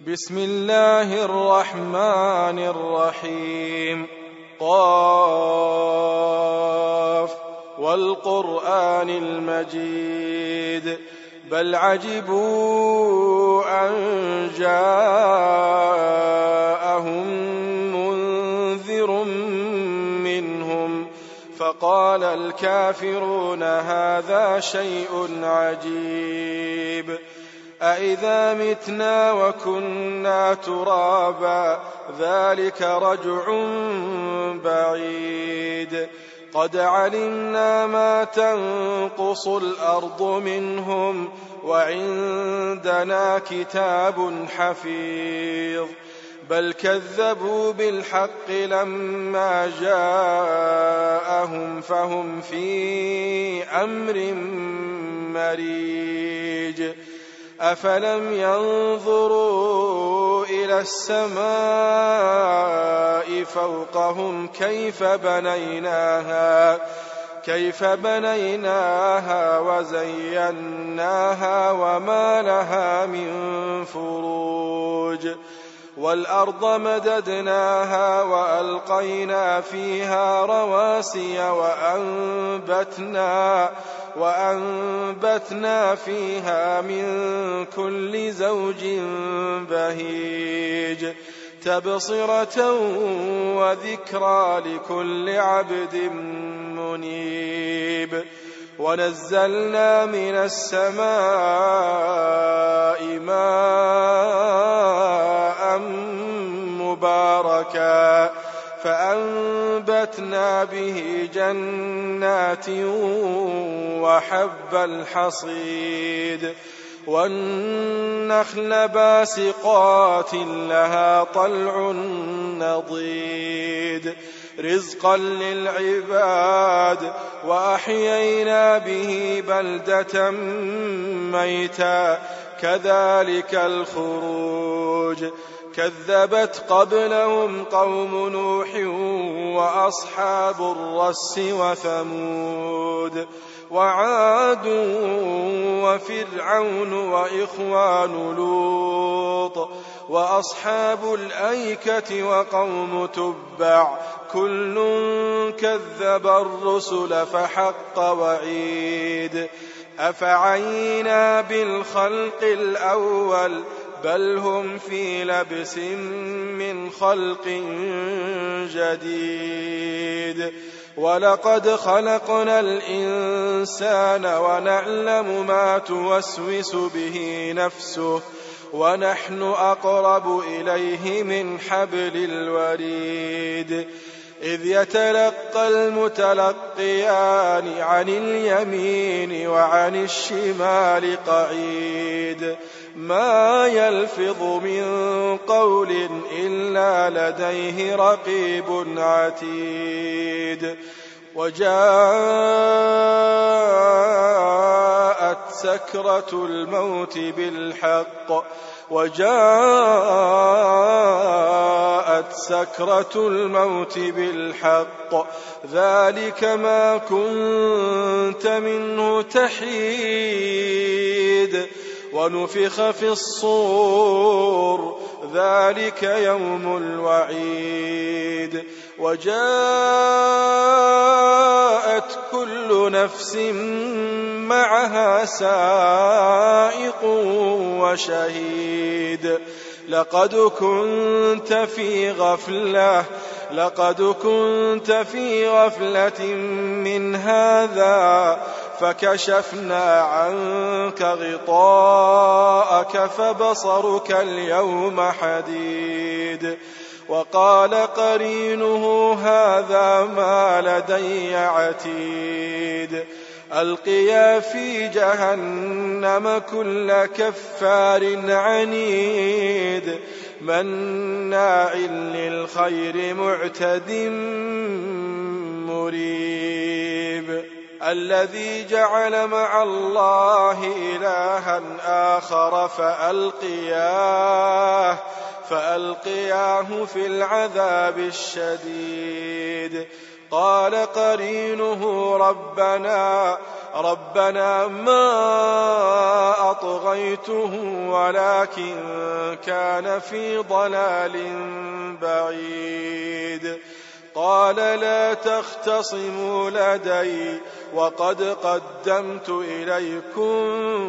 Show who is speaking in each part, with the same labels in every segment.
Speaker 1: بسم الله الرحمن الرحيم. قاف والقرآن المجيد بل عجبوا أن جاءهم منذر منهم فقال الكافرون هذا شيء عجيب أإذا متنا وكنا ترابا ذلك رجع بعيد قد علمنا ما تنقص الأرض منهم وعندنا كتاب حفيظ بل كذبوا بالحق لما جاءهم فهم في أمر مريج أفلم ينظروا إلى السماء فوقهم كيف بنيناها وزيناها وما لها من فروج والأرض مددناها وألقينا فيها رواسي وأنبتنا فيها من كل زوج بهيج تبصرة وذكرى لكل عبد منيب ونزلنا من السماء ماء مباركا فأنبتنا به جنات وحب الحصيد والنخل باسقات لها طلع نضيد رزقا للعباد وأحيينا به بلدة ميتا كذلك الخروج كذبت قبلهم قوم نوح وأصحاب الرس وثمود وعاد وفرعون وإخوان لوط وأصحاب الأيكة وقوم تبع كل كذب الرسل فحق وعيد أفعينا بالخلق الأول بل هم في لبس من خلق جديد ولقد خلقنا الإنسان ونعلم ما توسوس به نفسه ونحن أقرب إليه من حبل الوريد إذ يتلقى المتلقيان عن اليمين وعن الشمال قعيد ما يلفظ من قول إلا لديه رقيب عتيد وجاءت سكرة الموت بالحق ذلك ما كنت منه تحيد ونفخ في الصور ذلك يوم الوعيد وجاءت كل نفس معها سائق وشهيد لقد كنت في غفلة من هذا فكشفنا عنك غطاءك فبصرك اليوم حديد وقال قرينه هذا ما لدي عتيد ألقيا في جهنم كل كفار عنيد مناع للخير معتد مريب الذي جعل مع الله إلها آخر فألقياه في العذاب الشديد قال قرينه ربنا ما أطغيته ولكن كان في ضلال بعيد. قال لا تختصموا لدي وقد قدمت إليكم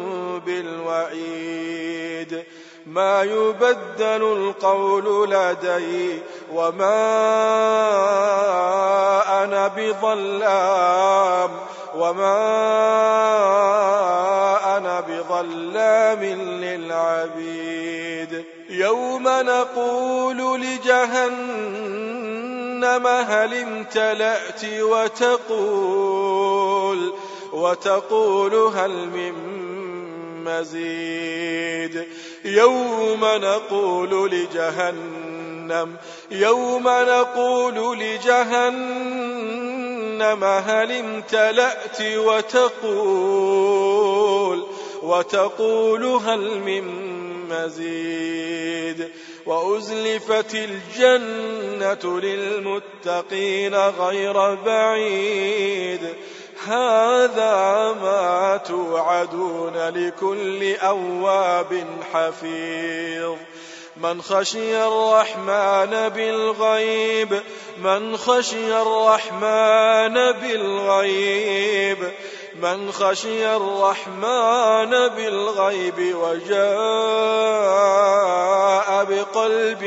Speaker 1: بالوعيد. ما يبدل القول لدي وما أنا بظلام للعبيد. يوم نقول لجهنم هل امتلأت وتقول هل من مزيد. يوم نقول لجهنم هل امتلأت وتقول هل من مزيد. وأزلفت الجنة للمتقين غير بعيد. هذا ما توعدون لكل أواب حفيظ. من خشي الرحمن بالغيب وجاء بقلب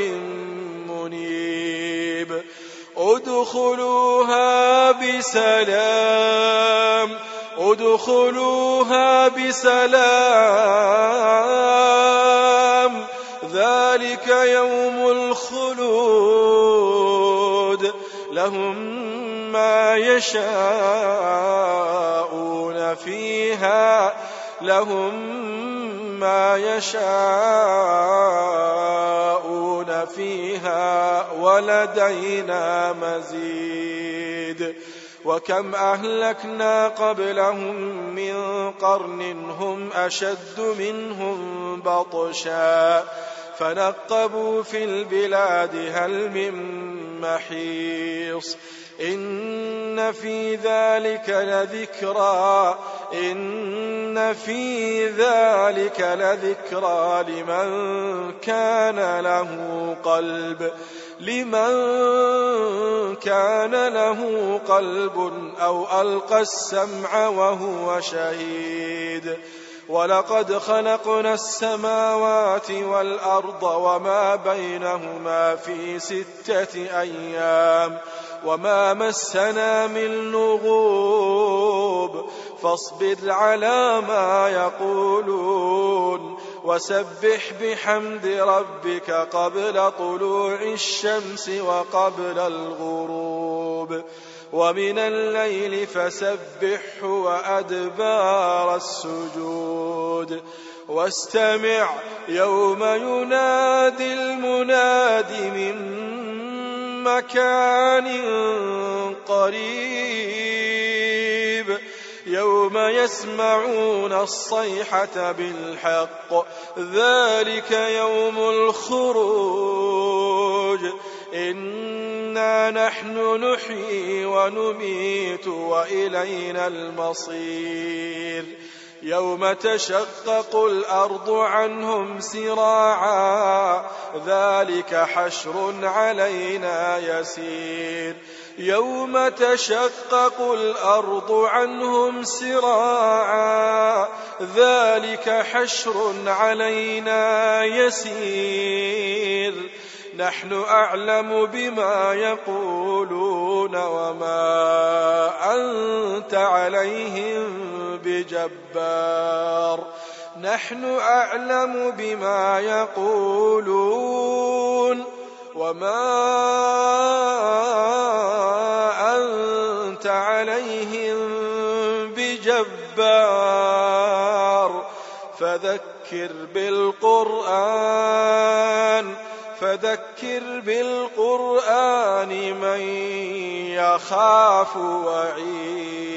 Speaker 1: منيب. ادخلوها بسلام ذلك يوم الخلود. لهم ما يشاءون فيها ولدينا مزيد. وكم أهلكنا قبلهم من قرن هم أشد منهم بطشا فنقبوا في البلاد هل من محيص. إن في ذلك لذكرى لمن كان له قلب أو ألقى السمع وهو شهيد. ولقد خلقنا السماوات والأرض وما بينهما في 6 أيام وما مسنا من لغوب. فاصبر على ما يقولون وسبح بحمد ربك قبل طلوع الشمس وقبل الغروب ومن الليل فسبحه وأدبار السجود. واستمع يوم ينادي المناد من مكان قريب. يوم يسمعون الصيحة بالحق ذلك يوم الخروج. إنا نحن نحيي ونميت وإلينا المصير. يوم تشقق الأرض عنهم سراعا ذلك حشر علينا يسير. يوم تشقق الأرض عنهم سراعا ذلك حشر علينا يسير. نحن أعلم بما يقولون وما أنت عليهم بجبار. نحن أعلم بما يقولون وما أنت عليهم بجبار. فذكر بالقرآن من يخاف وعيد.